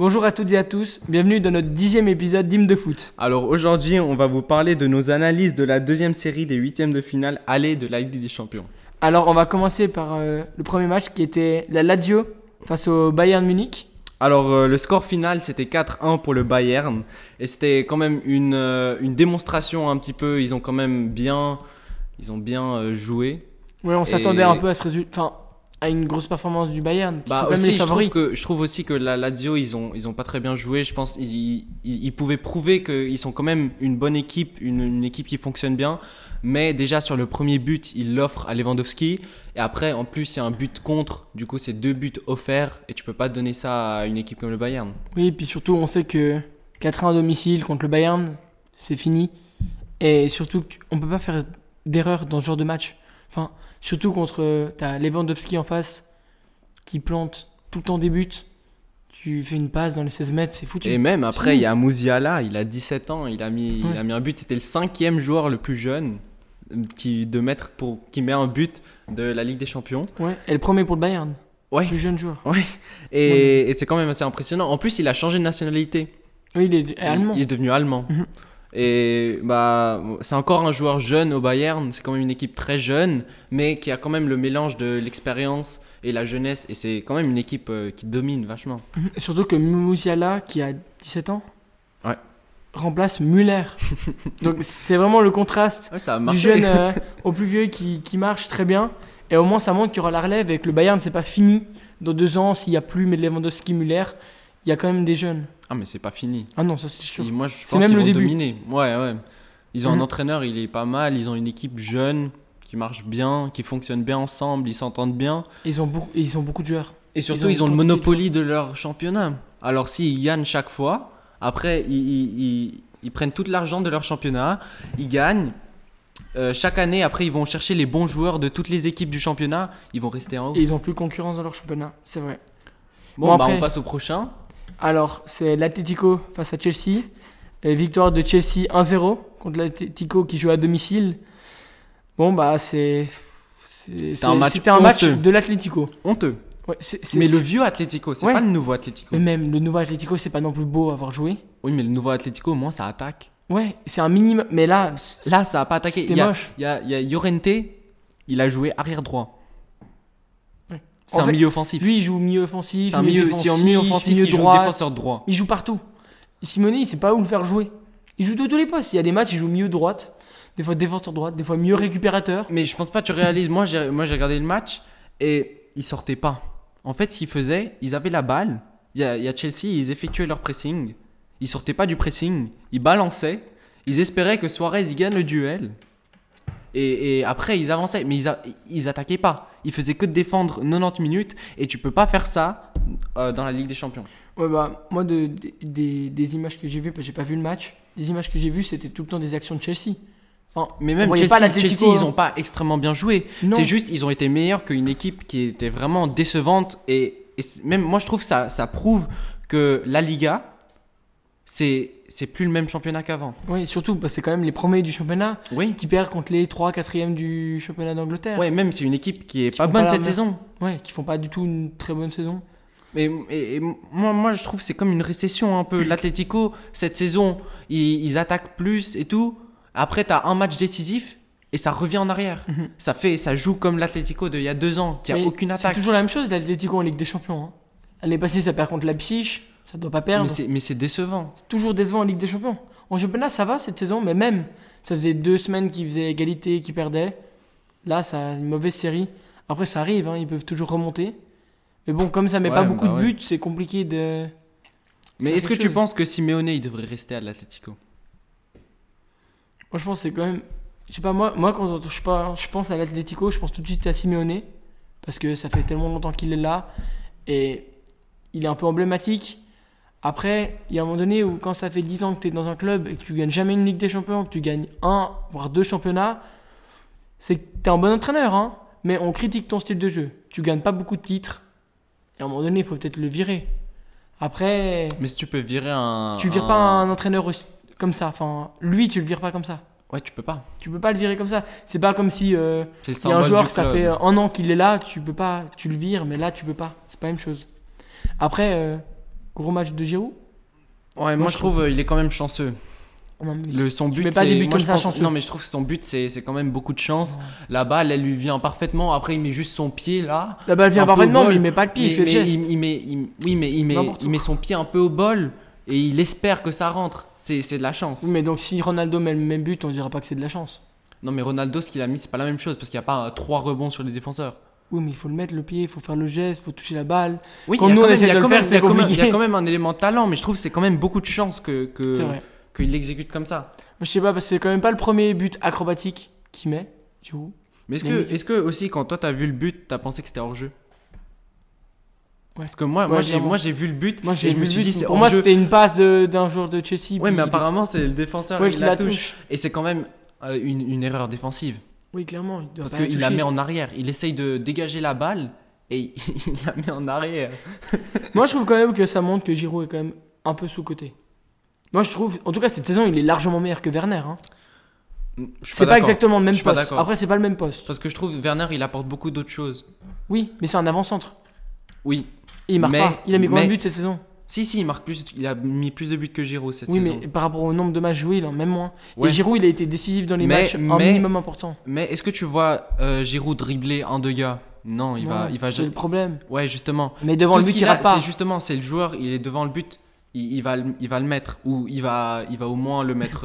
Bonjour à toutes et à tous, bienvenue dans notre 10e épisode d'Hymne de foot. Alors aujourd'hui, on va vous parler de nos analyses de la deuxième série des huitièmes de finale aller de la Ligue des Champions. Alors on va commencer par le premier match qui était la Lazio face au Bayern Munich. Alors le score final c'était 4-1 pour le Bayern et c'était quand même une démonstration un petit peu, ils ont bien joué. Oui, on s'attendait un peu à ce résultat, à une grosse performance du Bayern qui sont quand même les favoris. Je trouve aussi que la Lazio ils ont pas très bien joué, je pense ils pouvaient prouver qu'ils sont quand même une bonne équipe, une équipe qui fonctionne bien, mais déjà sur le premier but, ils l'offrent à Lewandowski et après en plus il y a un but contre, du coup c'est 2 buts offerts et tu peux pas donner ça à une équipe comme le Bayern. Oui, et puis surtout on sait que 4-1 à domicile contre le Bayern, c'est fini et surtout on peut pas faire d'erreur dans ce genre de match. Enfin, surtout contre t'as Lewandowski en face qui plante tout le temps des buts. Tu fais une passe dans les 16 mètres, c'est foutu. Et même après, il y a Musiala, il a 17 ans, il a mis un but. C'était le 5e joueur le plus jeune qui met un but de la Ligue des Champions. Ouais, et le premier pour le Bayern. Ouais. Le plus jeune joueur. Ouais. Et c'est quand même assez impressionnant. En plus, il a changé de nationalité. Oui, il est allemand. Il est devenu allemand. Mhm. Et c'est encore un joueur jeune au Bayern, c'est quand même une équipe très jeune, mais qui a quand même le mélange de l'expérience et la jeunesse, et c'est quand même une équipe qui domine vachement. Et surtout que Musiala, qui a 17 ans, ouais, remplace Müller. Donc c'est vraiment le contraste ça a du marché. jeune au plus vieux qui marche très bien, et au moins ça montre qu'il y aura la relève et que le Bayern c'est pas fini. Dans 2 ans, s'il n'y a plus Lewandowski, Müller, il y a quand même des jeunes. Ah mais c'est pas fini. Ah non, ça c'est sûr. Moi je c'est pense même qu'ils le vont début. dominer. Ouais. Ils ont un entraîneur, il est pas mal, ils ont une équipe jeune qui marche bien, qui fonctionne bien ensemble, ils s'entendent bien. Ils ont beaucoup de joueurs. Et surtout ils ont le monopole de leur championnat. Alors s'ils gagnent chaque fois, après ils prennent tout l'argent de leur championnat, ils gagnent. Chaque année, après, ils vont chercher les bons joueurs de toutes les équipes du championnat. Ils vont rester en haut. Et ils ont plus de concurrence dans leur championnat, c'est vrai. Bon après, on passe au prochain. Alors, c'est l'Atlético face à Chelsea. Victoire de Chelsea 1-0 contre l'Atlético qui joue à domicile. Bon, c'était un match de l'Atlético. Honteux. Ouais, mais le vieux Atlético, c'est pas le nouveau Atlético. Mais même le nouveau Atlético, c'est pas non plus beau à avoir joué. Oui, mais le nouveau Atlético, au moins, ça attaque. Ouais, c'est un minimum. Mais là, ça a pas attaqué. C'était moche. Il y a Llorente, il a joué arrière droit. C'est en fait, milieu offensif. Lui, il joue milieu offensif. C'est un milieu offensif, il joue défenseur droit. Il joue partout. Simone, il sait pas où le faire jouer. Il joue de tous les postes. Il y a des matchs, il joue milieu droite, des fois défenseur droite, des fois milieu récupérateur. Mais je pense pas, tu réalises. Moi, j'ai regardé le match et ils sortaient pas. En fait, ce qu'ils faisaient, ils avaient la balle. Il y a Chelsea, ils effectuaient leur pressing. Ils sortaient pas du pressing. Ils balançaient. Ils espéraient que Suarez il gagne le duel. Et après, ils avançaient. Mais ils attaquaient pas. Ils faisaient que de défendre 90 minutes. Et tu peux pas faire ça dans la Ligue des Champions. Ouais, moi, des images que j'ai vues, parce que j'ai pas vu le match, les images que j'ai vues, c'était tout le temps des actions de Chelsea. Enfin, mais même Chelsea, ils ont pas extrêmement bien joué. Non. C'est juste, ils ont été meilleurs qu'une équipe qui était vraiment décevante. Et même, moi, je trouve que ça prouve que la Liga, c'est plus le même championnat qu'avant. Oui, surtout, c'est quand même les premiers du championnat qui perdent contre les 3-4e du championnat d'Angleterre. Ouais, même c'est une équipe qui est pas bonne cette saison. Ouais, qui font pas du tout une très bonne saison. Mais moi, je trouve que c'est comme une récession un peu. L'Atlético, cette saison, ils attaquent plus et tout. Après, t'as un match décisif et ça revient en arrière. Ça joue comme l'Atlético d'il y a 2 ans, qui a aucune attaque. C'est toujours la même chose, l'Atlético en Ligue des Champions. L'année passée, ça perd contre Leipzig. Ça doit pas perdre. Mais c'est décevant. C'est toujours décevant en Ligue des Champions. En championnat, ça va cette saison, mais même, ça faisait 2 semaines qu'ils faisaient égalité, qu'ils perdaient. Là, ça a une mauvaise série. Après, ça arrive, ils peuvent toujours remonter. Mais bon, comme ça met pas beaucoup de buts, c'est compliqué de. Mais est-ce que tu penses que Simeone il devrait rester à l'Atlético ? Moi, je pense que c'est quand même. Je sais pas, moi quand je pense à l'Atlético, je pense tout de suite à Simeone. Parce que ça fait tellement longtemps qu'il est là. Et il est un peu emblématique. Après, il y a un moment donné où quand ça fait 10 ans que tu es dans un club et que tu gagnes jamais une Ligue des Champions, que tu gagnes 1, voire 2 championnats, c'est que tu es un bon entraîneur, mais on critique ton style de jeu. Tu gagnes pas beaucoup de titres. Et à un moment donné, il faut peut-être le virer. Après... Mais si tu peux virer Tu vires pas un entraîneur comme ça. Enfin, lui, tu le vires pas comme ça. Ouais, tu peux pas. Tu peux pas le virer comme ça. C'est pas comme si y a un joueur, ça fait 1 an qu'il est là, tu le vires, mais là, tu peux pas. C'est pas la même chose. Après... Gros match de Giroud. Ouais, moi je trouve il est quand même chanceux. Non, mais Son tu but, mets pas des buts moi, comme ça chanceux. non, mais je trouve que son but, c'est quand même beaucoup de chance. La balle, elle lui vient parfaitement. Après, il met juste son pied là. La balle vient un peu au parfaitement, bol. mais il met pas le pied, il fait le geste. Oui, mais N'importe il où. met son pied un peu au bol et il espère que ça rentre. C'est de la chance. Oui, mais donc si Ronaldo met le même but, on dira pas que c'est de la chance. Non, mais Ronaldo, ce qu'il a mis, c'est pas la même chose parce qu'il n'y a pas 3 rebonds sur les défenseurs. Oui, mais il faut le mettre le pied, il faut faire le geste, il faut toucher la balle. Oui, Quand il y a nous, quand on même- essaie il y a de le quand faire, même- c'est il y a quand même- compliqué. Il y a quand même un élément de talent, mais je trouve que c'est quand même beaucoup de chance C'est vrai. qu'il l'exécute comme ça. Je sais pas, parce que c'est quand même pas le premier but acrobatique qu'il met, Giroud. Mais est-ce Mais que, oui. est-ce que aussi, quand toi t'as vu le but, t'as pensé que c'était hors-jeu? Ouais. Parce que moi, Ouais, j'ai, clairement. moi j'ai vu le but Moi, et j'ai je me vu suis le dit but. c'est Pour moi, hors-jeu. c'était une passe d'un joueur de Chelsea. Ouais, puis mais il apparemment c'est le défenseur Ouais, qui qui la la touche. touche. Et c'est quand même une erreur défensive. Oui, clairement. Il doit Parce pas la qu'il la toucher. met en arrière. Il essaye de dégager la balle et il la met en arrière. Moi, je trouve quand même que ça montre que Giroud est quand même un peu sous-coté. Moi, je trouve, en tout cas, cette saison, il est largement meilleur que Werner. Hein. Je suis C'est pas d'accord. exactement le même Je suis pas poste. d'accord. Après, c'est pas le même poste. Parce que je trouve Werner il apporte beaucoup d'autres choses. Oui, mais c'est un avant-centre. Oui. Et il marque Mais- pas. Il a mis combien de mais- buts cette saison? Si, il marque plus. Il a mis plus de buts que Giroud cette Oui, saison. mais par rapport au nombre de matchs joués, il en a même moins. Ouais. Et Giroud, il a été décisif dans les matchs un minimum important. Mais est-ce que tu vois Giroud dribbler un, deux gars? Non, il va. C'est le problème. Ouais, justement. Mais devant Tout le ce but, il qu'il a, rate pas. c'est justement, c'est le joueur, il est devant le but, il va le mettre, ou il va au moins le mettre,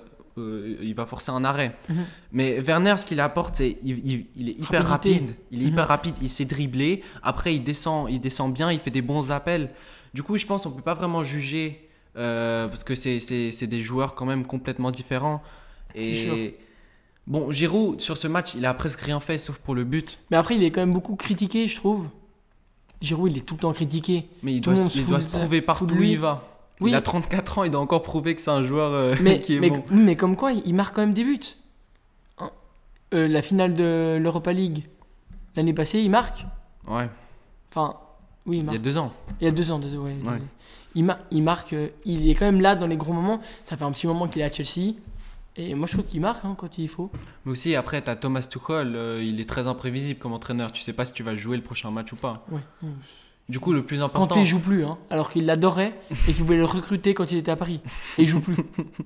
il va forcer un arrêt. Mhm. Mais Werner, ce qu'il apporte, c'est il est hyper Rapidité. rapide, il est hyper rapide, il sait dribbler, après il descend bien, il fait des bons appels. Du coup, je pense qu'on peut pas vraiment juger, parce que c'est des joueurs quand même complètement différents. C'est sûr. Et bon, Giroud, sur ce match, il a presque rien fait, sauf pour le but. Mais après, il est quand même beaucoup critiqué, je trouve. Giroud, il est tout le temps critiqué. Mais il Tout le doit, monde se il fout doit de se ça, prouver fout partout de où lui. il va. Oui. Il a 34 ans, il doit encore prouver que c'est un joueur Mais, qui est mais, bon. mais comme quoi, il marque quand même des buts. Hein. La finale de l'Europa League, l'année passée, il marque. Ouais, Enfin, oui, il il y marque. a 2 ans. Il y a 2 ans, désolé. Ouais, Ouais. désolé. Il marque, il est quand même là dans les gros moments. Ça fait un petit moment qu'il est à Chelsea. Et moi, je trouve qu'il marque hein, quand il faut. Mais aussi, après, t'as Thomas Tuchel, il est très imprévisible comme entraîneur. Tu sais pas si tu vas jouer le prochain match ou pas. Ouais. Du coup, le plus important. Kanté joue plus, hein, alors qu'il l'adorait et qu'il voulait le recruter quand il était à Paris. Et il joue plus.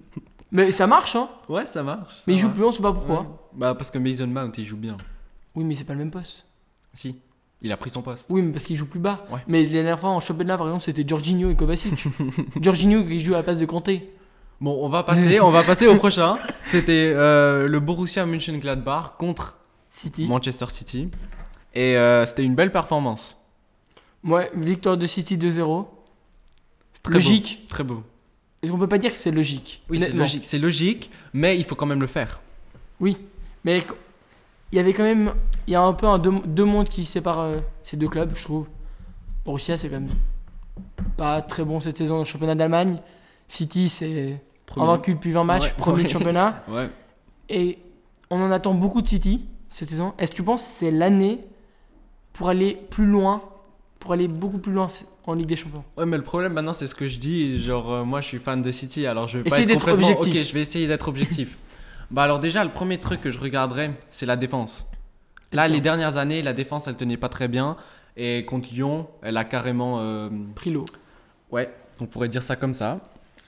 Mais ça marche, hein. Ouais, ça marche. Mais il joue plus, on sait pas pourquoi. Ouais. Bah, parce que Mason Mount, il joue bien. Oui, mais c'est pas le même poste. Si, il a pris son poste. Oui, mais parce qu'il joue plus bas. Ouais. Mais la dernière fois en championnat, par exemple, c'était Jorginho et Kovacic. Jorginho qui joue à la place de Kanté. Bon, on va passer au prochain. C'était le Borussia Mönchengladbach contre City. Manchester City. Et c'était une belle performance. Ouais, victoire de City 2-0. Très Logique. beau, très beau. Est-ce qu'on peut pas dire que c'est logique? Oui, c'est Honnêtement. logique, mais il faut quand même le faire. Oui, mais il y avait quand même, il y a un peu deux mondes qui séparent ces deux clubs, je trouve. Borussia, c'est quand même pas très bon cette saison dans le championnat d'Allemagne. City, c'est invaincu depuis 20 matchs, Ouais, premier de ouais. championnat. Ouais. Et on en attend beaucoup de City cette saison. Est-ce que tu penses que c'est l'année pour aller plus loin, pour aller beaucoup plus loin en Ligue des Champions? Ouais, mais le problème maintenant, c'est ce que je dis. Genre, moi, je suis fan de City, alors je vais Essaye pas être d'être complètement. objectif. Ok, je vais essayer d'être objectif. Bah, alors, déjà, le premier truc que je regarderais, c'est la défense. Là, Tiens. les dernières années, la défense, elle tenait pas très bien. Et contre Lyon, elle a carrément. Pris l'eau. Ouais, on pourrait dire ça comme ça.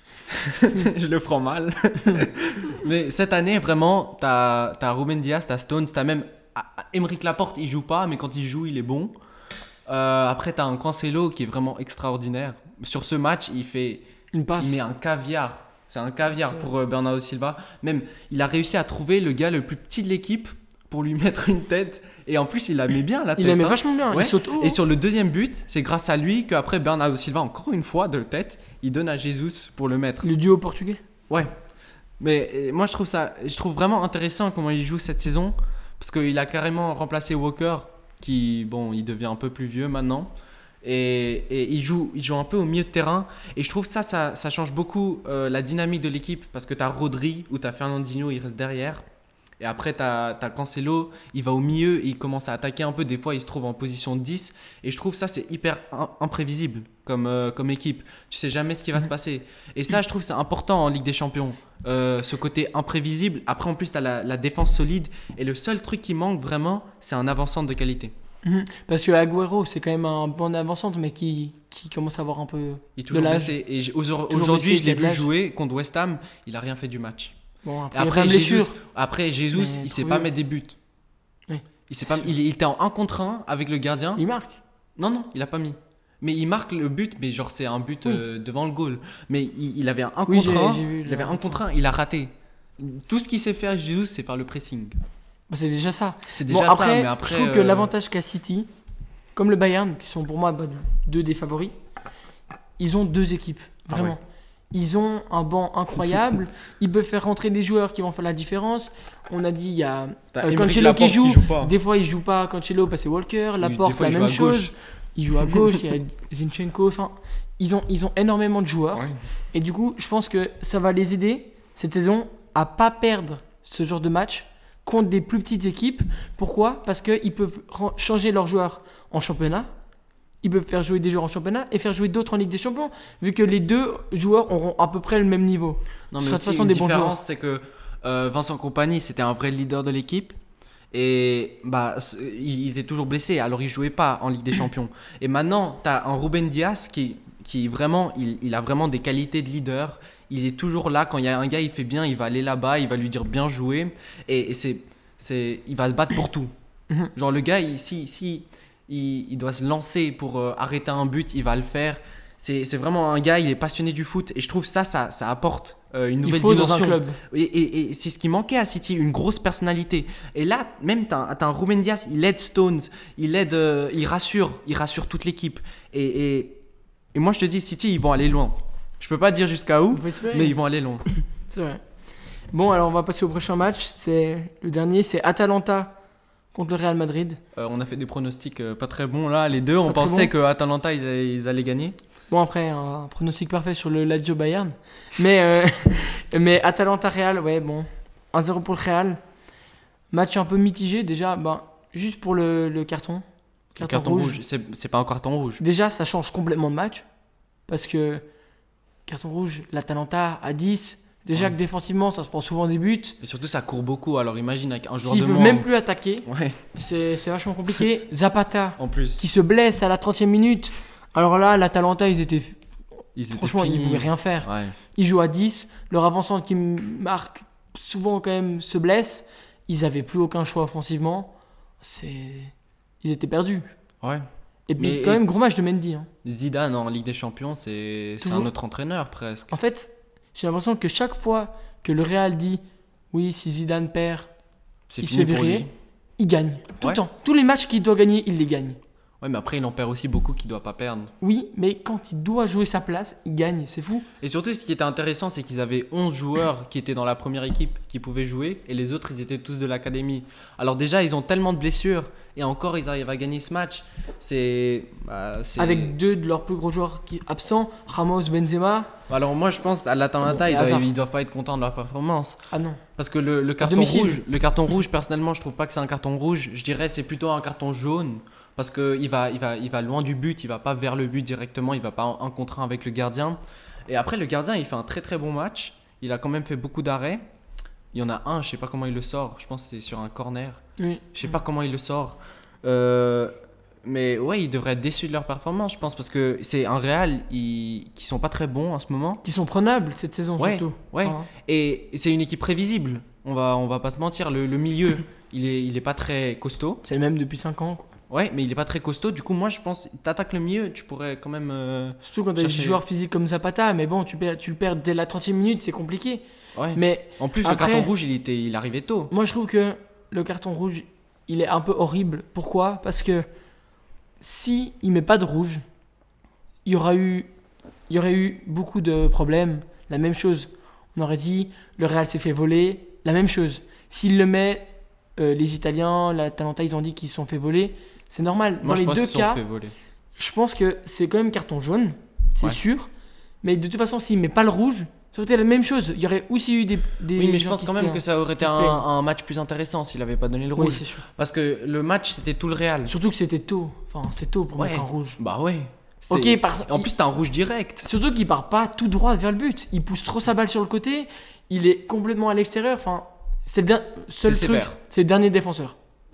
Je le prends mal. Mais cette année, vraiment, t'as Ruben Dias, t'as Stones, t'as même. Aymeric Laporte, il joue pas, mais quand il joue, il est bon. Après, t'as un Cancelo qui est vraiment extraordinaire. Sur ce match, Une passe. il met un caviar. C'est un caviar C'est pour Bernardo Silva. Même, il a réussi à trouver le gars le plus petit de l'équipe pour lui mettre une tête. Et en plus, il la met bien, la tête. Il la met hein. vachement bien, Ouais. il saute haut. Et sur le deuxième but, c'est grâce à lui qu'après Bernardo Silva, encore une fois, de tête, il donne à Jesus pour le mettre. Le duo portugais. Ouais. Mais moi, je trouve vraiment intéressant comment il joue cette saison. Parce qu'il a carrément remplacé Walker, qui, bon, il devient un peu plus vieux maintenant. Et il joue un peu au milieu de terrain. Et je trouve ça change beaucoup la dynamique de l'équipe. Parce que tu as Rodri ou tu as Fernandinho, il reste derrière. Et après, tu as Cancelo, il va au milieu et il commence à attaquer un peu. Des fois, il se trouve en position 10. Et je trouve ça, c'est hyper imprévisible comme équipe. Tu sais jamais ce qui va se passer. Et ça, je trouve c'est important en Ligue des Champions. Ce côté imprévisible. Après, en plus, tu as la défense solide. Et le seul truc qui manque vraiment, c'est un avant-centre de qualité. Parce que Agüero, c'est quand même un bon avançante, mais qui commence à avoir un peu Il est de toujours l'âge. blessé. Et Toujours aujourd'hui, blessé, je l'ai il a de vu l'âge. jouer contre West Ham. Il a rien fait du match. Bon, Et après, il y a après, plein de Jesus, blessures. Mais il sait trop pas vieux. mettre des buts. Oui. Il était en 1 contre 1 avec le gardien. Il marque. Non, il a pas mis. Mais il marque le but, mais genre c'est un but Oui. devant le goal. Mais il avait un 1 Oui, contre 1. j'ai vu, Il avait un contre 1, il a raté. Tout ce qu'il sait faire, Jesus, c'est faire le pressing. Bah, c'est déjà ça. C'est Bon, déjà après, ça, mais après. je trouve que l'avantage qu'a City, comme le Bayern, qui sont pour moi deux des favoris, ils ont deux équipes. Vraiment. ouais. Ils ont un banc incroyable. Ils peuvent faire rentrer des joueurs qui vont faire la différence. On a dit, il y a T'as Aymeric Cancelo qui Laporte joue. pas. Des fois, il joue pas Cancelo parce que c'est Walker. Oui, Laporte, des fois, la il joue même à chose. gauche. Il joue à gauche. Il y a Zinchenko. Enfin, ils ont énormément de joueurs. Ouais. Et du coup, je pense que ça va les aider cette saison à pas perdre ce genre de match contre des plus petites équipes. Pourquoi ? Parce qu'ils peuvent changer leurs joueurs en championnat. Ils peuvent faire jouer des joueurs en championnat et faire jouer d'autres en Ligue des Champions, vu que les deux joueurs auront à peu près le même niveau. Non, Ce mais sera de toute aussi façon une des bons joueurs. différence, c'est que Vincent Kompany, c'était un vrai leader de l'équipe. Et il était toujours blessé, alors il jouait pas en Ligue des Champions. Et maintenant, tu as un Ruben Dias qui vraiment, il a vraiment des qualités de leader. Il est toujours là, quand il y a un gars, il fait bien, il va aller là-bas, il va lui dire bien joué. Et il va se battre pour tout. Genre le gars, il doit se lancer pour arrêter un but, il va le faire. C'est vraiment un gars, il est passionné du foot. Et je trouve ça apporte une Il nouvelle faut dimension. dans un club. Et c'est ce qui manquait à City, une grosse personnalité. Et là, même t'as un Ruben Dias, il aide Stones, il rassure toute l'équipe. Et moi je te dis, City, ils vont aller loin. Je peux pas dire jusqu'à où, Il faut espérer. mais ils vont aller loin. C'est vrai. Bon, alors on va passer au prochain match. C'est le dernier, c'est Atalanta contre le Real Madrid. On a fait des pronostics pas très bons là, les deux. On Pas très pensait bons. que Atalanta ils allaient gagner. Bon, après, un pronostic parfait sur le Lazio Bayern. Mais Atalanta-Real, ouais, bon. 1-0 pour le Real. Match un peu mitigé, déjà, juste pour le carton. Carton rouge, c'est pas un carton rouge. Déjà, ça change complètement de match. Parce que, carton rouge, l'Atalanta à 10. Déjà Ouais. que défensivement, ça se prend souvent des buts. Et surtout, ça court beaucoup. Alors imagine avec un joueur S'ils de peuvent moins. même plus attaquer, Ouais, c'est vachement compliqué. Zapata, en plus. qui se blesse à la 30e minute. Alors là, l'Atalanta, ils étaient franchement, ils finis. pouvaient rien faire. Ouais. Ils jouent à 10. Leur avançante qui marque souvent quand même se blesse. Ils avaient plus aucun choix offensivement. Ils étaient perdus. Ouais. Et puis Mais- quand même, gros match de Mendy. Hein. Zidane en Ligue des Champions, c'est Toujours. un autre entraîneur presque. En fait, j'ai l'impression que chaque fois que le Real dit oui, si Zidane perd, C'est il fini s'est pour viré. lui. Il gagne. Tout Ouais. le temps. Tous les matchs qu'il doit gagner, il les gagne. Ouais, mais après, il en perd aussi beaucoup qu'il doit pas perdre. Oui, mais quand il doit jouer sa place, il gagne. C'est fou. Et surtout, ce qui était intéressant, c'est qu'ils avaient 11 joueurs qui étaient dans la première équipe qui pouvaient jouer, et les autres, ils étaient tous de l'académie. Alors déjà, ils ont tellement de blessures, et encore, ils arrivent à gagner ce match. C'est... Avec deux de leurs plus gros joueurs absents, Ramos, Benzema. Alors moi, je pense à l'Atalanta, Bon, et Hazard. ils doivent pas être contents de leur performance. Ah non. Parce que le carton domicile. rouge, personnellement, je trouve pas que c'est un carton rouge. Je dirais c'est plutôt un carton jaune. Parce qu'il va loin du but, il va pas vers le but directement, il va pas en 1 contre 1 avec le gardien. Et après, le gardien, il fait un très très bon match. Il a quand même fait beaucoup d'arrêts. Il y en a un, je sais pas comment il le sort. Je pense que c'est sur un corner. Oui. Je sais pas comment il le sort. Mais ouais, ils devraient être déçus de leur performance, je pense. Parce que c'est un Real qui sont pas très bons en ce moment. Qui sont prenables cette saison Ouais, surtout. ouais. Enfin, Et c'est une équipe prévisible. On va pas se mentir. Le milieu, il est pas très costaud. c'est le même depuis 5 ans. Quoi. Ouais, mais il est pas très costaud. Du coup, moi, je pense, t'attaques le milieu, tu pourrais quand même. Surtout quand tu as des Chercher- joueurs physiques comme Zapata. Mais bon, tu le perds dès la 30e minute, c'est compliqué. Ouais. Mais En plus, après- le carton rouge, il arrivait tôt. moi, je trouve que le carton rouge, il est un peu horrible. Pourquoi ? Parce que si il met pas de rouge, il y aurait eu beaucoup de problèmes. La même chose. On aurait dit, le Real s'est fait voler. La même chose. S'il le met, les Italiens, l'Atalanta, ils ont dit qu'ils se sont fait voler. C'est normal. Moi, Dans je les pense deux qu'ils se sont cas, fait voler. je pense que c'est quand même carton jaune, c'est Ouais. sûr. Mais de toute façon, s'il met pas le rouge, ça aurait été la même chose. Il y aurait aussi eu des Oui, mais je gens pense qui quand se même plaignent. que ça aurait été qui se plaignent. un match plus intéressant s'il avait pas donné le Oui, rouge. c'est sûr. Parce que le match, c'était tout le Real. Surtout que c'était tôt. Enfin, c'est tôt pour Ouais. mettre un rouge. Bah ouais. Ok, Et en plus, t'as un rouge direct. surtout qu'il part pas tout droit vers le but. Il pousse trop sa balle sur le côté. Il est complètement à l'extérieur. Enfin, c'est le seul C'est truc. sévère. C'est le dernier défenseur.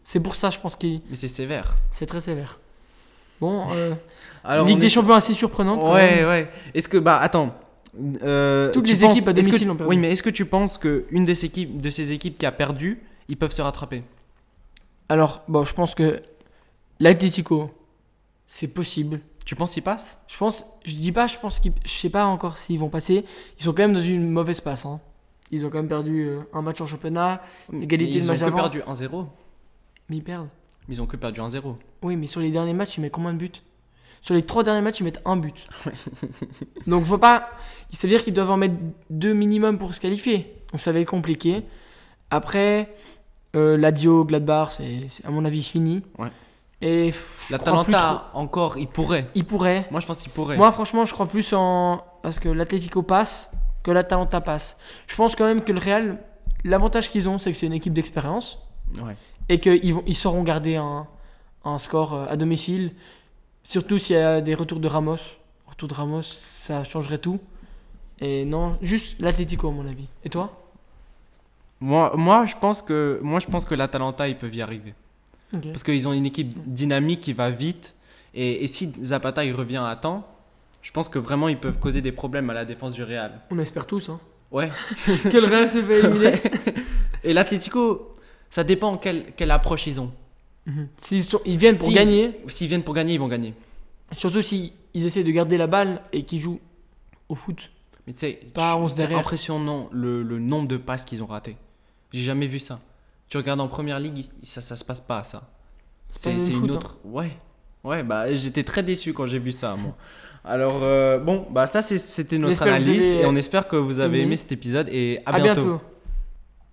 C'est pour ça, je pense que Mais c'est sévère. c'est très sévère. Bon, Alors, Ligue on des est- Champions assez surprenante. quand Ouais, même. ouais. Est-ce que, attends. Toutes Tu les penses- équipes à est-ce que- domicile ont perdu. Oui, mais est-ce que tu penses qu'une de ces équipes qui a perdu, ils peuvent se rattraper? Alors, bon, je pense que l'Atlético, c'est possible. Tu penses qu'ils passent? Je sais pas encore s'ils vont passer. Ils sont quand même dans une mauvaise passe. Hein. Ils ont quand même perdu un match en championnat, égalité Mais de ils match ont que d'avant. perdu 1-0. Mais ils perdent. Ils ont que perdu 1-0. Oui, mais sur les derniers matchs, ils mettent combien de buts? Sur les 3 derniers matchs, ils mettent un but. Donc je vois pas. Ça veut dire qu'ils doivent en mettre 2 minimum pour se qualifier. Donc ça va être compliqué. Après, l'Adio, Gladbach, c'est à mon avis fini. Ouais. Et je crois plus trop. L'Atalanta, encore, ils pourraient. Il pourrait. Moi, je pense qu'ils pourraient. Moi, franchement, je crois plus à ce que l'Atlético passe que l'Atalanta passe. Je pense quand même que le Real, l'avantage qu'ils ont, c'est que c'est une équipe d'expérience Ouais. et qu'ils sauront garder un score à domicile. Surtout s'il y a des retours de Ramos. Retour de Ramos, ça changerait tout. Et non, juste l'Atlético, à mon avis. Et toi? Moi, je pense que l'Atalanta, ils peuvent y arriver. Ok. Parce qu'ils ont une équipe dynamique qui va vite. Et si Zapata, il revient à temps, je pense que vraiment, ils peuvent causer des problèmes à la défense du Real. On espère tous hein, Ouais. que le Real se fait éliminer. Et l'Atlético, ça dépend quelle approche ils ont. Mhm. Ils viennent pour gagner, S'ils viennent pour gagner, ils vont gagner. surtout s'ils essaient de garder la balle et qu'ils jouent au foot. Mais tu sais, Pas 11 c'est derrière. impressionnant le nombre de passes qu'ils ont ratées. J'ai jamais vu ça. Tu regardes en première ligue, ça se passe pas ça. C'est pas le C'est même une foot, autre. Ouais, j'étais très déçu quand j'ai vu ça, moi. Alors, ça c'était notre J'espère que vous analyse avez et on espère que vous avez aimé. aimé cet épisode et à À bientôt. bientôt.